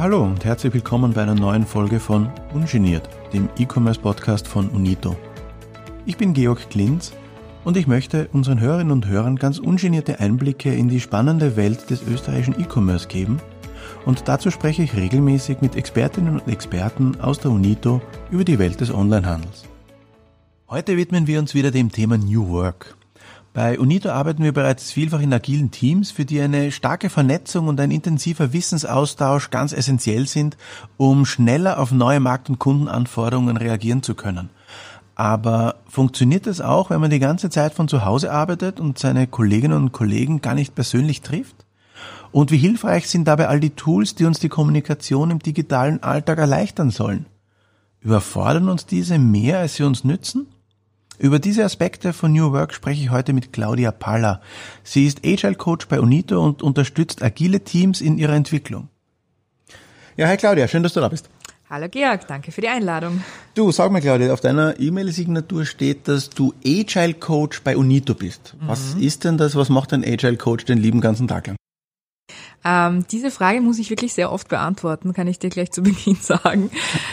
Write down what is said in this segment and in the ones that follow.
hallo und herzlich willkommen bei einer neuen Folge von Ungeniert, dem E-Commerce-Podcast von Unito. Ich bin Georg Klinz und ich möchte unseren Hörerinnen und Hörern ganz ungenierte Einblicke in die spannende Welt des österreichischen E-Commerce geben und dazu spreche ich regelmäßig mit Expertinnen und Experten aus der Unito über die Welt des Onlinehandels. Heute widmen wir uns wieder dem Thema New Work. Bei Unito arbeiten wir bereits vielfach in agilen Teams, für die eine starke Vernetzung und ein intensiver Wissensaustausch ganz essentiell sind, um schneller auf neue Markt- und Kundenanforderungen reagieren zu können. Aber funktioniert es auch, wenn man die ganze Zeit von zu Hause arbeitet und seine Kolleginnen und Kollegen gar nicht persönlich trifft? Und wie hilfreich sind dabei all die Tools, die uns die Kommunikation im digitalen Alltag erleichtern sollen? Überfordern uns diese mehr, als sie uns nützen? Über diese Aspekte von New Work spreche ich heute mit Claudia Palla. Sie ist Agile Coach bei Unito und unterstützt agile Teams in ihrer Entwicklung. Ja, hi Claudia, schön, dass du da bist. Hallo Georg, danke für die Einladung. Du, sag mal Claudia, auf deiner E-Mail-Signatur steht, dass du Agile Coach bei Unito bist. Was ist denn das, was macht ein Agile Coach den lieben ganzen Tag lang? Diese Frage muss ich wirklich sehr oft beantworten, kann ich dir gleich zu Beginn sagen.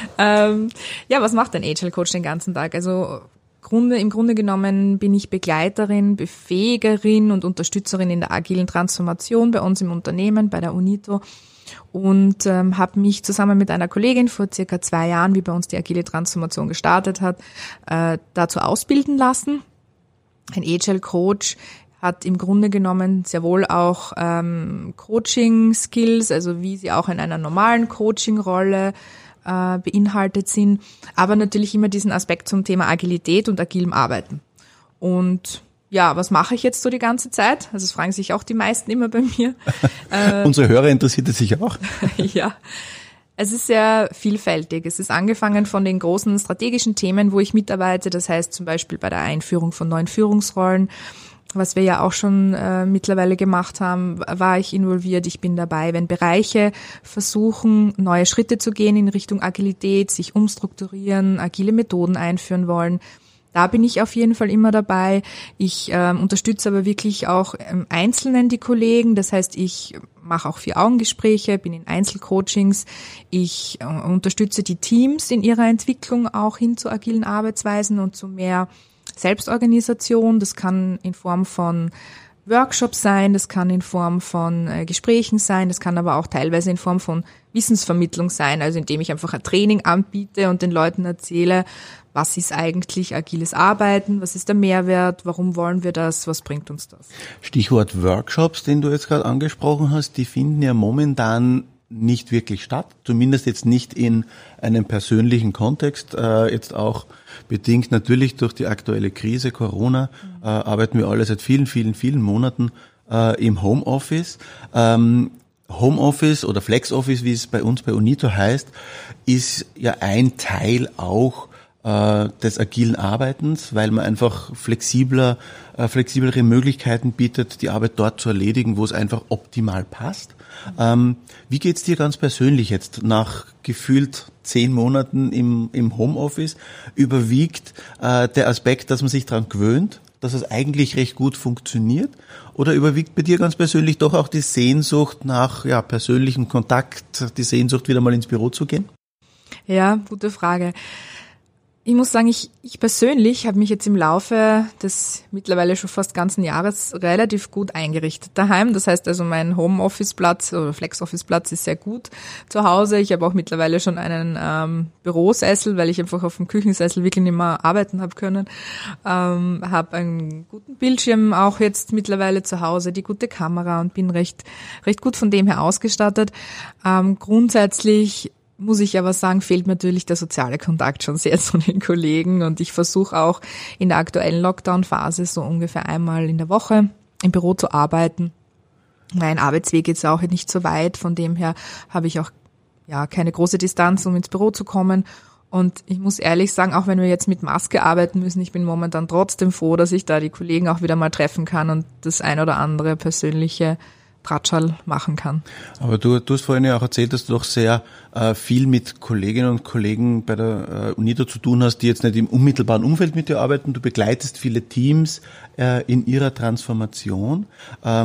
Was macht ein Agile Coach den ganzen Tag? Also im Grunde genommen bin ich Begleiterin, Befähigerin und Unterstützerin in der agilen Transformation bei uns im Unternehmen, bei der Unito, und habe mich zusammen mit einer Kollegin vor circa 2 Jahren, wie bei uns die agile Transformation gestartet hat, dazu ausbilden lassen. Ein Agile Coach hat im Grunde genommen sehr wohl auch Coaching-Skills, also wie sie auch in einer normalen Coaching-Rolle beinhaltet sind, aber natürlich immer diesen Aspekt zum Thema Agilität und agilem Arbeiten. Und ja, was mache ich jetzt so die ganze Zeit? Also das fragen sich auch die meisten immer bei mir. Unsere Hörer interessiert es sich auch. Ja, es ist sehr vielfältig. Es ist angefangen von den großen strategischen Themen, wo ich mitarbeite, das heißt zum Beispiel bei der Einführung von neuen Führungsrollen, was wir ja auch schon mittlerweile gemacht haben, war ich involviert. Ich bin dabei, wenn Bereiche versuchen, neue Schritte zu gehen in Richtung Agilität, sich umstrukturieren, agile Methoden einführen wollen. Da bin ich auf jeden Fall immer dabei. Ich unterstütze aber wirklich auch im Einzelnen die Kollegen. Das heißt, ich mache auch 4-Augen-Gespräche, bin in Einzelcoachings. Ich unterstütze die Teams in ihrer Entwicklung auch hin zu agilen Arbeitsweisen und zu mehr Selbstorganisation. Das kann in Form von Workshops sein, das kann in Form von Gesprächen sein, das kann aber auch teilweise in Form von Wissensvermittlung sein, also indem ich einfach ein Training anbiete und den Leuten erzähle, was ist eigentlich agiles Arbeiten, was ist der Mehrwert, warum wollen wir das, was bringt uns das? Stichwort Workshops, den du jetzt gerade angesprochen hast, die finden ja momentan nicht wirklich statt, zumindest jetzt nicht in einem persönlichen Kontext, jetzt auch bedingt natürlich durch die aktuelle Krise Corona, arbeiten wir alle seit vielen Monaten im Homeoffice. Homeoffice oder Flexoffice, wie es bei uns bei Unito heißt, ist ja ein Teil auch des agilen Arbeitens, weil man einfach flexiblere Möglichkeiten bietet, die Arbeit dort zu erledigen, wo es einfach optimal passt. Wie geht's dir ganz persönlich jetzt nach gefühlt 10 Monaten im Homeoffice? Überwiegt der Aspekt, dass man sich daran gewöhnt, dass es eigentlich recht gut funktioniert? Oder überwiegt bei dir ganz persönlich doch auch die Sehnsucht nach persönlichem Kontakt, die Sehnsucht, wieder mal ins Büro zu gehen? Ja, gute Frage. Ich muss sagen, ich persönlich habe mich jetzt im Laufe des mittlerweile schon fast ganzen Jahres relativ gut eingerichtet daheim. Das heißt also, mein Homeoffice-Platz oder Flex-Office-Platz ist sehr gut zu Hause. Ich habe auch mittlerweile schon einen Bürosessel, weil ich einfach auf dem Küchensessel wirklich nicht mehr arbeiten habe können. Habe einen guten Bildschirm auch jetzt mittlerweile zu Hause, die gute Kamera und bin recht gut von dem her ausgestattet. Grundsätzlich muss ich aber sagen, fehlt natürlich der soziale Kontakt schon sehr zu den Kollegen, und ich versuche auch in der aktuellen Lockdown-Phase so ungefähr einmal in der Woche im Büro zu arbeiten. Mein Arbeitsweg ist auch nicht so weit, von dem her habe ich auch keine große Distanz, um ins Büro zu kommen. Und ich muss ehrlich sagen, auch wenn wir jetzt mit Maske arbeiten müssen, ich bin momentan trotzdem froh, dass ich da die Kollegen auch wieder mal treffen kann und das ein oder andere persönliche Tratschall machen kann. Aber du hast vorhin ja auch erzählt, dass du doch sehr viel mit Kolleginnen und Kollegen bei der Unito zu tun hast, die jetzt nicht im unmittelbaren Umfeld mit dir arbeiten. Du begleitest viele Teams in ihrer Transformation.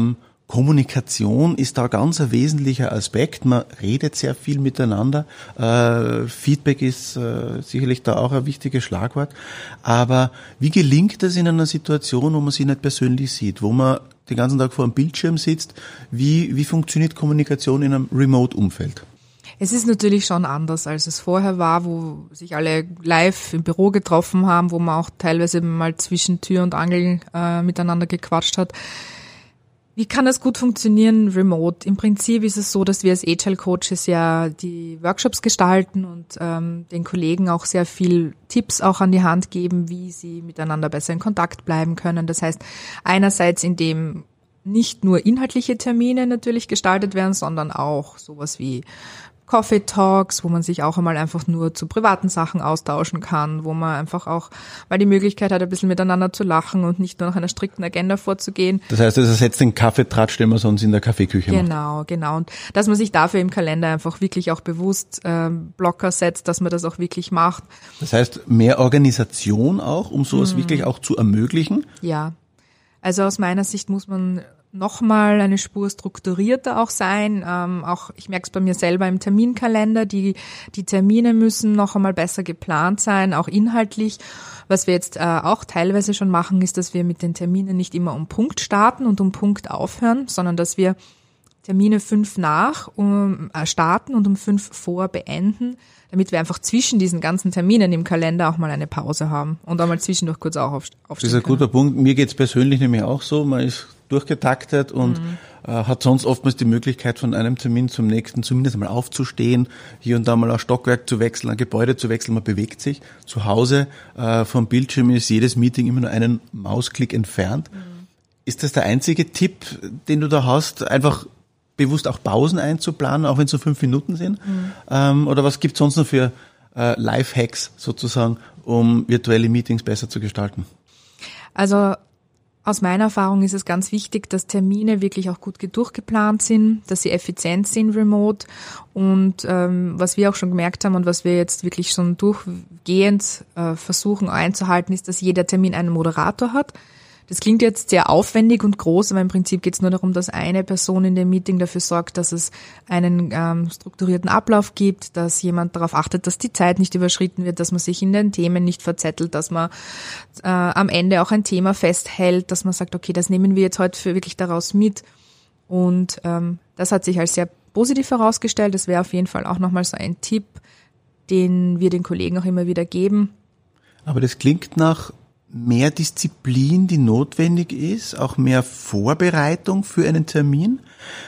Kommunikation ist da ganz ein wesentlicher Aspekt. Man redet sehr viel miteinander. Feedback ist sicherlich da auch ein wichtiges Schlagwort. Aber wie gelingt es in einer Situation, wo man sich nicht persönlich sieht, wo man den ganzen Tag vor einem Bildschirm sitzt? Wie funktioniert Kommunikation in einem Remote-Umfeld? Es ist natürlich schon anders, als es vorher war, wo sich alle live im Büro getroffen haben, wo man auch teilweise mal zwischen Tür und Angel miteinander gequatscht hat. Wie kann das gut funktionieren remote? Im Prinzip ist es so, dass wir als Agile-Coaches ja die Workshops gestalten und den Kollegen auch sehr viel Tipps auch an die Hand geben, wie sie miteinander besser in Kontakt bleiben können. Das heißt, einerseits indem nicht nur inhaltliche Termine natürlich gestaltet werden, sondern auch sowas wie Coffee Talks, wo man sich auch einmal einfach nur zu privaten Sachen austauschen kann, wo man einfach auch mal die Möglichkeit hat, ein bisschen miteinander zu lachen und nicht nur nach einer strikten Agenda vorzugehen. Das heißt, das ersetzt den Kaffeetratsch, den man sonst in der Kaffeeküche macht. Genau. Und dass man sich dafür im Kalender einfach wirklich auch bewusst Blocker setzt, dass man das auch wirklich macht. Das heißt, mehr Organisation auch, um sowas wirklich auch zu ermöglichen? Ja. Also aus meiner Sicht muss man nochmal eine Spur strukturierter auch sein. Auch ich merke es bei mir selber im Terminkalender, die Termine müssen noch einmal besser geplant sein, auch inhaltlich. Was wir jetzt auch teilweise schon machen, ist, dass wir mit den Terminen nicht immer um Punkt starten und um Punkt aufhören, sondern dass wir Termine 5 nach starten und um 5 vor beenden, damit wir einfach zwischen diesen ganzen Terminen im Kalender auch mal eine Pause haben und auch mal zwischendurch kurz auch aufstehen können. Das ist ein guter Punkt. Mir geht's persönlich nämlich auch so. Man ist durchgetaktet und hat sonst oftmals die Möglichkeit, von einem Termin zum nächsten zumindest mal aufzustehen, hier und da mal ein Stockwerk zu wechseln, ein Gebäude zu wechseln, man bewegt sich. Zu Hause vom Bildschirm ist jedes Meeting immer nur einen Mausklick entfernt. Ist das der einzige Tipp, den du da hast, einfach bewusst auch Pausen einzuplanen, auch wenn es so 5 Minuten sind? Oder was gibt's sonst noch für Lifehacks sozusagen, um virtuelle Meetings besser zu gestalten? Also aus meiner Erfahrung ist es ganz wichtig, dass Termine wirklich auch gut durchgeplant sind, dass sie effizient sind remote und was wir auch schon gemerkt haben und was wir jetzt wirklich schon durchgehend versuchen einzuhalten, ist, dass jeder Termin einen Moderator hat. Das klingt jetzt sehr aufwendig und groß, aber im Prinzip geht es nur darum, dass eine Person in dem Meeting dafür sorgt, dass es einen strukturierten Ablauf gibt, dass jemand darauf achtet, dass die Zeit nicht überschritten wird, dass man sich in den Themen nicht verzettelt, dass man am Ende auch ein Thema festhält, dass man sagt, okay, das nehmen wir jetzt heute für wirklich daraus mit. Und das hat sich als sehr positiv herausgestellt. Das wäre auf jeden Fall auch nochmal so ein Tipp, den wir den Kollegen auch immer wieder geben. Aber das klingt nach mehr Disziplin, die notwendig ist, auch mehr Vorbereitung für einen Termin.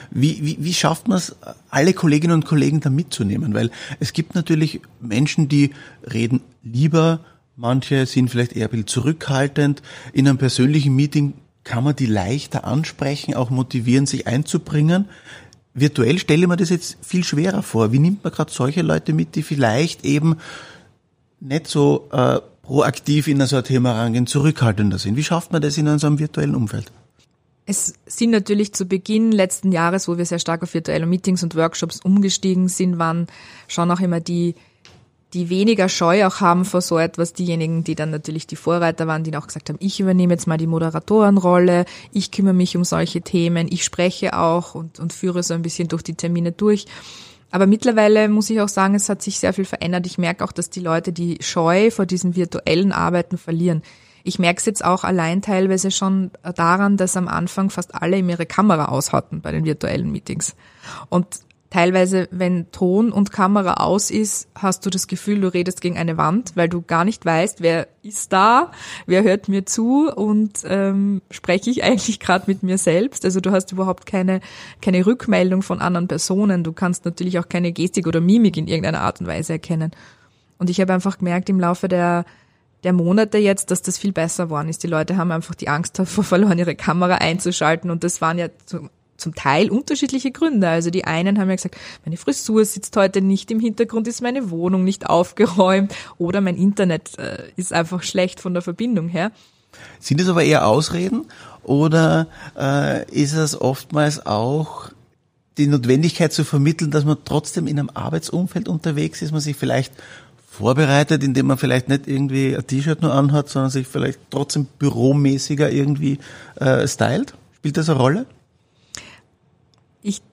Wie schafft man es, alle Kolleginnen und Kollegen da mitzunehmen? Weil es gibt natürlich Menschen, die reden lieber, manche sind vielleicht eher ein bisschen zurückhaltend. In einem persönlichen Meeting kann man die leichter ansprechen, auch motivieren, sich einzubringen. Virtuell stelle ich mir das jetzt viel schwerer vor. Wie nimmt man gerade solche Leute mit, die vielleicht eben nicht so proaktiv in so ein Thema rangehen, zurückhaltender sind? Wie schafft man das in so einem virtuellen Umfeld? Es sind natürlich zu Beginn letzten Jahres, wo wir sehr stark auf virtuelle Meetings und Workshops umgestiegen sind, waren schon auch immer die weniger Scheu auch haben vor so etwas, diejenigen, die dann natürlich die Vorreiter waren, die auch gesagt haben, ich übernehme jetzt mal die Moderatorenrolle, ich kümmere mich um solche Themen, ich spreche auch und führe so ein bisschen durch die Termine durch. Aber mittlerweile muss ich auch sagen, es hat sich sehr viel verändert. Ich merke auch, dass die Leute die Scheu vor diesem virtuellen Arbeiten verlieren. Ich merke es jetzt auch allein teilweise schon daran, dass am Anfang fast alle ihre Kamera aus hatten bei den virtuellen Meetings. Und teilweise, wenn Ton und Kamera aus ist, hast du das Gefühl, du redest gegen eine Wand, weil du gar nicht weißt, wer ist da, wer hört mir zu und spreche ich eigentlich gerade mit mir selbst. Also du hast überhaupt keine Rückmeldung von anderen Personen. Du kannst natürlich auch keine Gestik oder Mimik in irgendeiner Art und Weise erkennen. Und ich habe einfach gemerkt im Laufe der Monate jetzt, dass das viel besser geworden ist. Die Leute haben einfach die Angst davor verloren, ihre Kamera einzuschalten und das waren ja zum Teil unterschiedliche Gründe. Also die einen haben ja gesagt, meine Frisur sitzt heute nicht im Hintergrund, ist meine Wohnung nicht aufgeräumt oder mein Internet ist einfach schlecht von der Verbindung her. Sind es aber eher Ausreden oder ist es oftmals auch die Notwendigkeit zu vermitteln, dass man trotzdem in einem Arbeitsumfeld unterwegs ist, man sich vielleicht vorbereitet, indem man vielleicht nicht irgendwie ein T-Shirt nur anhat, sondern sich vielleicht trotzdem büromäßiger irgendwie stylt? Spielt das eine Rolle?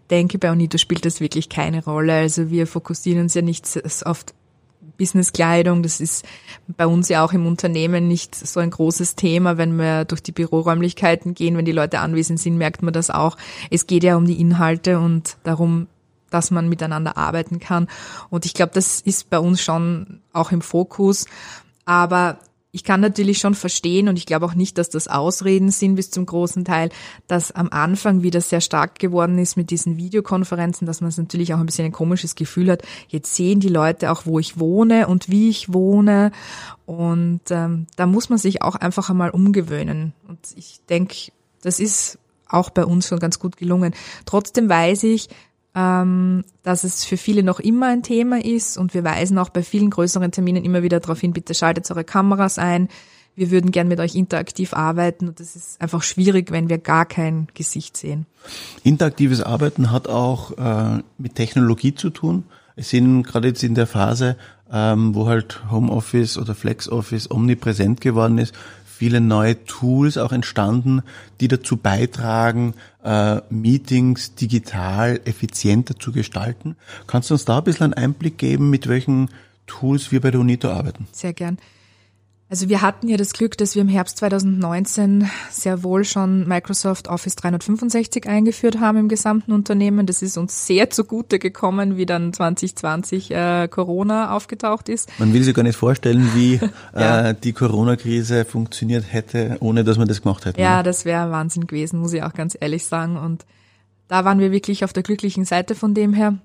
denke, bei Unito spielt das wirklich keine Rolle. Also wir fokussieren uns ja nicht auf Businesskleidung. Das ist bei uns ja auch im Unternehmen nicht so ein großes Thema. Wenn wir durch die Büroräumlichkeiten gehen, wenn die Leute anwesend sind, merkt man das auch. Es geht ja um die Inhalte und darum, dass man miteinander arbeiten kann. Und ich glaube, das ist bei uns schon auch im Fokus. Aber ich kann natürlich schon verstehen und ich glaube auch nicht, dass das Ausreden sind bis zum großen Teil, dass am Anfang wieder sehr stark geworden ist mit diesen Videokonferenzen, dass man es natürlich auch ein bisschen ein komisches Gefühl hat. Jetzt sehen die Leute auch, wo ich wohne und wie ich wohne. Und da muss man sich auch einfach einmal umgewöhnen. Und ich denke, das ist auch bei uns schon ganz gut gelungen. Trotzdem weiß ich, dass es für viele noch immer ein Thema ist und wir weisen auch bei vielen größeren Terminen immer wieder darauf hin, bitte schaltet eure Kameras ein, wir würden gern mit euch interaktiv arbeiten und das ist einfach schwierig, wenn wir gar kein Gesicht sehen. Interaktives Arbeiten hat auch mit Technologie zu tun. Es sind gerade jetzt in der Phase, wo halt Homeoffice oder FlexOffice omnipräsent geworden ist, viele neue Tools auch entstanden, die dazu beitragen, Meetings digital effizienter zu gestalten. Kannst du uns da ein bisschen einen Einblick geben, mit welchen Tools wir bei der Unito arbeiten? Sehr gern. Also wir hatten ja das Glück, dass wir im Herbst 2019 sehr wohl schon Microsoft Office 365 eingeführt haben im gesamten Unternehmen. Das ist uns sehr zugute gekommen, wie dann 2020 Corona aufgetaucht ist. Man will sich gar nicht vorstellen, wie die Corona-Krise funktioniert hätte, ohne dass wir das gemacht hätten. Ja, das wäre Wahnsinn gewesen, muss ich auch ganz ehrlich sagen. Und da waren wir wirklich auf der glücklichen Seite von dem her.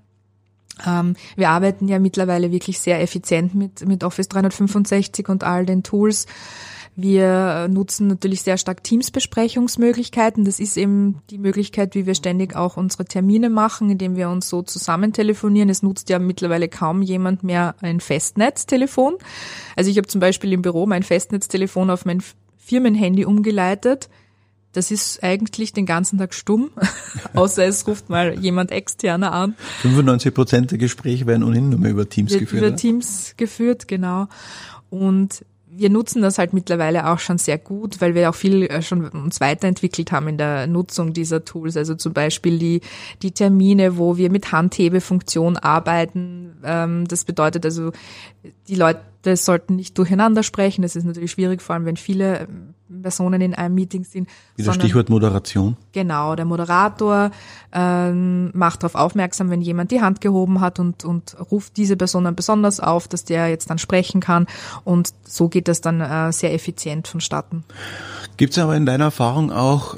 Wir arbeiten ja mittlerweile wirklich sehr effizient mit Office 365 und all den Tools. Wir nutzen natürlich sehr stark Teams-Besprechungsmöglichkeiten. Das ist eben die Möglichkeit, wie wir ständig auch unsere Termine machen, indem wir uns so zusammen telefonieren. Es nutzt ja mittlerweile kaum jemand mehr ein Festnetztelefon. Also ich habe zum Beispiel im Büro mein Festnetztelefon auf mein Firmenhandy umgeleitet. Das ist eigentlich den ganzen Tag stumm, außer es ruft mal jemand externer an. 95% der Gespräche werden ohnehin nur mehr über Teams geführt. Über Teams geführt, genau. Und wir nutzen das halt mittlerweile auch schon sehr gut, weil wir auch viel schon uns weiterentwickelt haben in der Nutzung dieser Tools. Also zum Beispiel die Termine, wo wir mit Handhebefunktion arbeiten. Das bedeutet also, die Leute sollten nicht durcheinander sprechen. Das ist natürlich schwierig, vor allem wenn viele Personen in einem Meeting sind. Wieder Stichwort Moderation. Genau, der Moderator macht darauf aufmerksam, wenn jemand die Hand gehoben hat und ruft diese Person dann besonders auf, dass der jetzt dann sprechen kann. Und so geht das dann sehr effizient vonstatten. Gibt es aber in deiner Erfahrung auch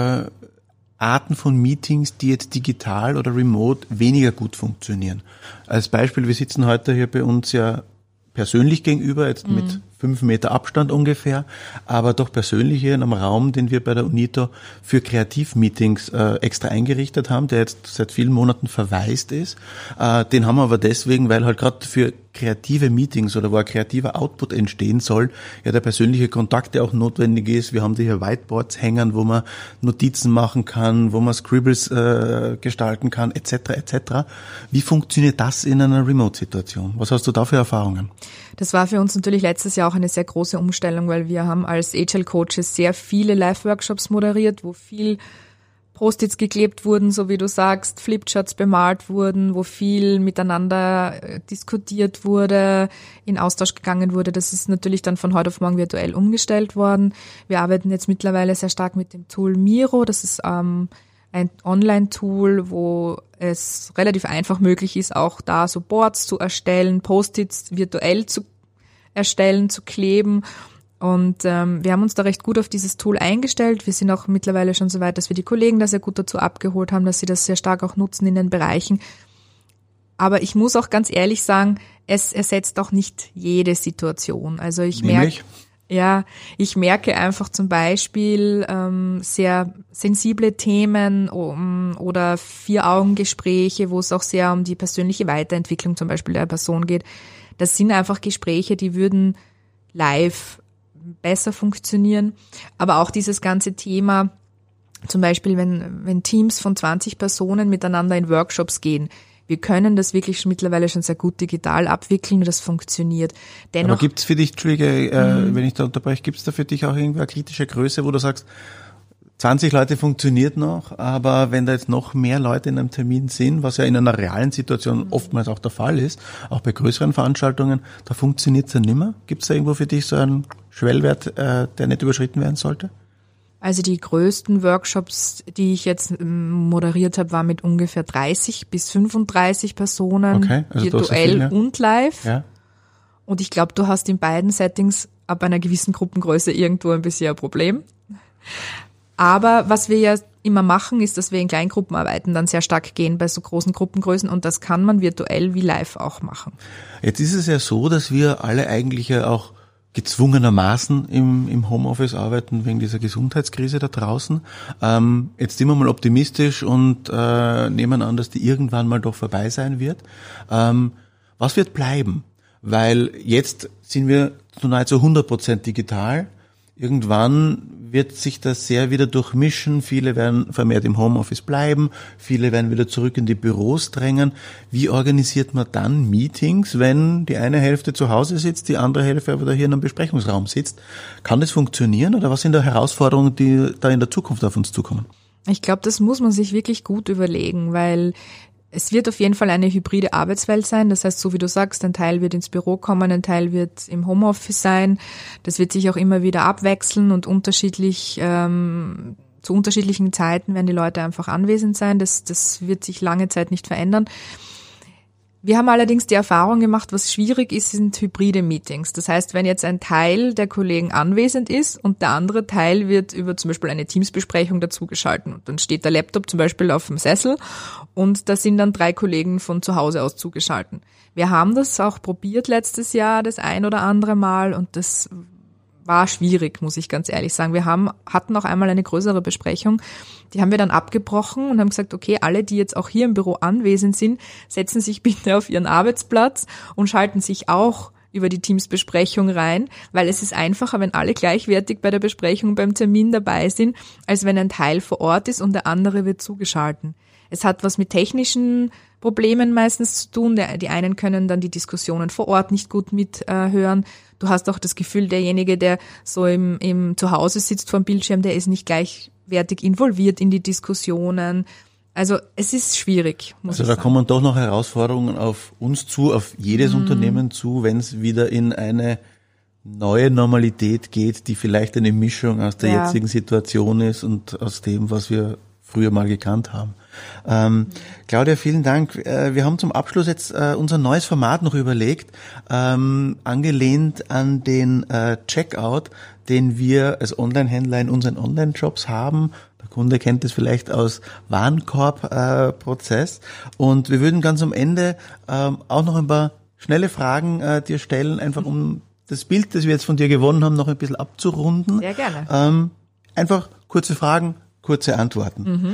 Arten von Meetings, die jetzt digital oder remote weniger gut funktionieren? Als Beispiel, wir sitzen heute hier bei uns ja persönlich gegenüber, jetzt mit 5 Meter Abstand ungefähr, aber doch persönlich hier in einem Raum, den wir bei der Unito für Kreativmeetings extra eingerichtet haben, der jetzt seit vielen Monaten verwaist ist. Den haben wir aber deswegen, weil halt gerade für kreative Meetings oder wo ein kreativer Output entstehen soll, ja der persönliche Kontakt ja auch notwendig ist. Wir haben hier Whiteboards hängen, wo man Notizen machen kann, wo man Scribbles gestalten kann, etc. etc. Wie funktioniert das in einer Remote-Situation? Was hast du da für Erfahrungen? Das war für uns natürlich letztes Jahr auch eine sehr große Umstellung, weil wir haben als Agile-Coaches sehr viele Live-Workshops moderiert, wo viel Post-its geklebt wurden, so wie du sagst, Flipcharts bemalt wurden, wo viel miteinander diskutiert wurde, in Austausch gegangen wurde. Das ist natürlich dann von heute auf morgen virtuell umgestellt worden. Wir arbeiten jetzt mittlerweile sehr stark mit dem Tool Miro. Das ist ein Online-Tool, wo es relativ einfach möglich ist, auch da so Boards zu erstellen, Post-its virtuell zu erstellen, zu kleben. Und wir haben uns da recht gut auf dieses Tool eingestellt. Wir sind auch mittlerweile schon so weit, dass wir die Kollegen da sehr gut dazu abgeholt haben, dass sie das sehr stark auch nutzen in den Bereichen. Aber ich muss auch ganz ehrlich sagen, es ersetzt auch nicht jede Situation. Also ich merke einfach zum Beispiel sehr sensible Themen oder 4-Augen-Gespräche, wo es auch sehr um die persönliche Weiterentwicklung zum Beispiel der Person geht. Das sind einfach Gespräche, die würden live besser funktionieren. Aber auch dieses ganze Thema, zum Beispiel wenn Teams von 20 Personen miteinander in Workshops gehen, wir können das wirklich mittlerweile schon sehr gut digital abwickeln, das funktioniert. Dennoch, aber gibt's für dich, Entschuldige, wenn ich da unterbreche, gibt's da für dich auch irgendwie eine kritische Größe, wo du sagst, 20 Leute funktioniert noch, aber wenn da jetzt noch mehr Leute in einem Termin sind, was ja in einer realen Situation oftmals auch der Fall ist, auch bei größeren Veranstaltungen, da funktioniert es ja nimmer. Gibt es da irgendwo für dich so einen Schwellwert, der nicht überschritten werden sollte? Also die größten Workshops, die ich jetzt moderiert habe, waren mit ungefähr 30 bis 35 Personen, okay, also virtuell viel, ja. und live. Ja. Und ich glaube, du hast in beiden Settings ab einer gewissen Gruppengröße irgendwo ein bisschen ein Problem. Aber was wir ja immer machen, ist, dass wir in Kleingruppenarbeiten dann sehr stark gehen bei so großen Gruppengrößen und das kann man virtuell wie live auch machen. Jetzt ist es ja so, dass wir alle eigentlich ja auch gezwungenermaßen im Homeoffice arbeiten wegen dieser Gesundheitskrise da draußen. Jetzt sind wir mal optimistisch und nehmen an, dass die irgendwann mal doch vorbei sein wird. Was wird bleiben? Weil jetzt sind wir zu nahezu 100% digital. Irgendwann wird sich das sehr wieder durchmischen. Viele werden vermehrt im Homeoffice bleiben. Viele werden wieder zurück in die Büros drängen. Wie organisiert man dann Meetings, wenn die eine Hälfte zu Hause sitzt, die andere Hälfte aber da hier in einem Besprechungsraum sitzt? Kann das funktionieren oder was sind da Herausforderungen, die da in der Zukunft auf uns zukommen? Ich glaube, das muss man sich wirklich gut überlegen, weil es wird auf jeden Fall eine hybride Arbeitswelt sein. Das heißt, so wie du sagst, ein Teil wird ins Büro kommen, ein Teil wird im Homeoffice sein. Das wird sich auch immer wieder abwechseln und zu unterschiedlichen Zeiten werden die Leute einfach anwesend sein. Das wird sich lange Zeit nicht verändern. Wir haben allerdings die Erfahrung gemacht, was schwierig ist, sind hybride Meetings. Das heißt, wenn jetzt ein Teil der Kollegen anwesend ist und der andere Teil wird über zum Beispiel eine Teams-Besprechung dazugeschalten und dann steht der Laptop zum Beispiel auf dem Sessel und da sind dann 3 Kollegen von zu Hause aus zugeschalten. Wir haben das auch probiert letztes Jahr das ein oder andere Mal und das war schwierig, muss ich ganz ehrlich sagen. Wir hatten auch einmal eine größere Besprechung, die haben wir dann abgebrochen und haben gesagt, okay, alle, die jetzt auch hier im Büro anwesend sind, setzen sich bitte auf ihren Arbeitsplatz und schalten sich auch über die Teams-Besprechung rein, weil es ist einfacher, wenn alle gleichwertig bei der Besprechung beim Termin dabei sind, als wenn ein Teil vor Ort ist und der andere wird zugeschalten. Es hat was mit technischen Problemen meistens zu tun. Die einen können dann die Diskussionen vor Ort nicht gut mithören. Du hast auch das Gefühl, derjenige, der so im Zuhause sitzt vor dem Bildschirm, der ist nicht gleichwertig involviert in die Diskussionen. Also es ist schwierig, muss ich sagen. Also da kommen doch noch Herausforderungen auf uns zu, auf jedes Unternehmen zu, wenn es wieder in eine neue Normalität geht, die vielleicht eine Mischung aus der jetzigen Situation ist und aus dem, was wir früher mal gekannt haben. Claudia, vielen Dank. Wir haben zum Abschluss jetzt unser neues Format noch überlegt, angelehnt an den Checkout, den wir als Online-Händler in unseren Online-Shops haben. Der Kunde kennt es vielleicht aus Warenkorb-Prozess. Und wir würden ganz am Ende auch noch ein paar schnelle Fragen dir stellen, einfach um das Bild, das wir jetzt von dir gewonnen haben, noch ein bisschen abzurunden. Sehr gerne. Einfach kurze Fragen, kurze Antworten.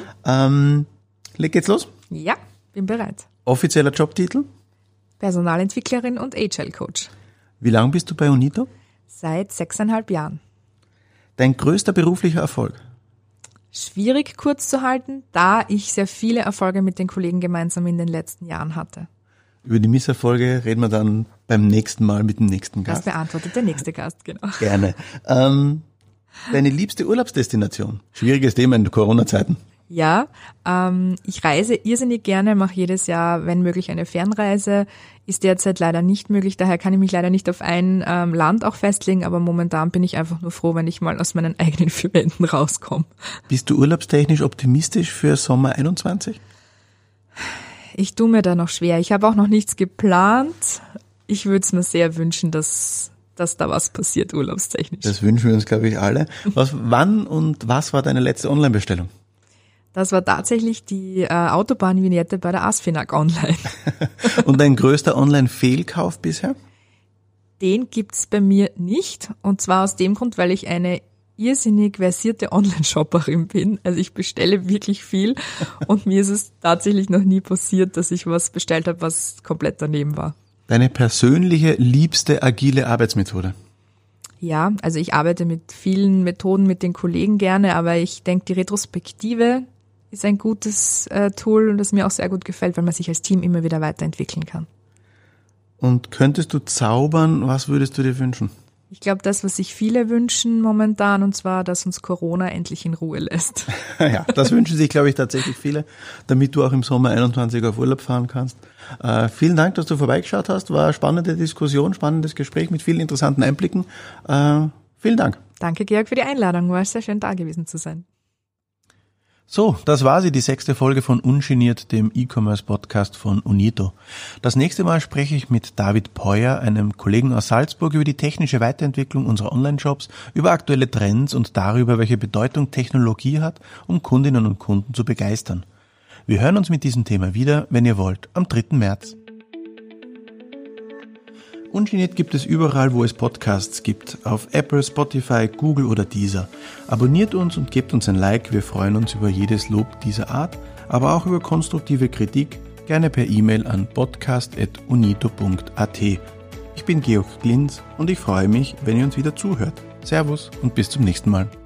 Geht's los? Ja, bin bereit. Offizieller Jobtitel? Personalentwicklerin und Agile-Coach. Wie lange bist du bei Unito? Seit 6,5 Jahren. Dein größter beruflicher Erfolg? Schwierig kurz zu halten, da ich sehr viele Erfolge mit den Kollegen gemeinsam in den letzten Jahren hatte. Über die Misserfolge reden wir dann beim nächsten Mal mit dem nächsten Gast. Das beantwortet der nächste Gast, genau. Gerne. Deine liebste Urlaubsdestination? Schwieriges Thema in Corona-Zeiten. Ja, ich reise irrsinnig gerne, mache jedes Jahr, wenn möglich, eine Fernreise. Ist derzeit leider nicht möglich, daher kann ich mich leider nicht auf ein Land auch festlegen, aber momentan bin ich einfach nur froh, wenn ich mal aus meinen eigenen 4 Wänden rauskomme. Bist du urlaubstechnisch optimistisch für Sommer 21? Ich tue mir da noch schwer. Ich habe auch noch nichts geplant. Ich würde es mir sehr wünschen, dass da was passiert, urlaubstechnisch. Das wünschen wir uns, glaube ich, alle. Wann und was war deine letzte Online-Bestellung? Das war tatsächlich die Autobahnvignette bei der ASFINAG online. Und dein größter Online-Fehlkauf bisher? Den gibt's bei mir nicht. Und zwar aus dem Grund, weil ich eine irrsinnig versierte Online-Shopperin bin. Also ich bestelle wirklich viel und mir ist es tatsächlich noch nie passiert, dass ich was bestellt habe, was komplett daneben war. Deine persönliche, liebste agile Arbeitsmethode? Ja, also ich arbeite mit vielen Methoden mit den Kollegen gerne, aber ich denke, die Retrospektive ist ein gutes Tool und das mir auch sehr gut gefällt, weil man sich als Team immer wieder weiterentwickeln kann. Und könntest du zaubern, was würdest du dir wünschen? Ich glaube, das, was sich viele wünschen momentan, und zwar, dass uns Corona endlich in Ruhe lässt. Ja, das wünschen sich, glaube ich, tatsächlich viele, damit du auch im Sommer 21 auf Urlaub fahren kannst. Vielen Dank, dass du vorbeigeschaut hast. War eine spannende Diskussion, spannendes Gespräch mit vielen interessanten Einblicken. Vielen Dank. Danke, Georg, für die Einladung. War sehr schön, da gewesen zu sein. So, das war sie, die 6. Folge von Ungeniert, dem E-Commerce-Podcast von Unito. Das nächste Mal spreche ich mit David Peuer, einem Kollegen aus Salzburg, über die technische Weiterentwicklung unserer Online-Shops, über aktuelle Trends und darüber, welche Bedeutung Technologie hat, um Kundinnen und Kunden zu begeistern. Wir hören uns mit diesem Thema wieder, wenn ihr wollt, am 3. März. Ungeniert gibt es überall, wo es Podcasts gibt, auf Apple, Spotify, Google oder Deezer. Abonniert uns und gebt uns ein Like, wir freuen uns über jedes Lob dieser Art, aber auch über konstruktive Kritik, gerne per E-Mail an podcast@unito.at. Ich bin Georg Glinz und ich freue mich, wenn ihr uns wieder zuhört. Servus und bis zum nächsten Mal.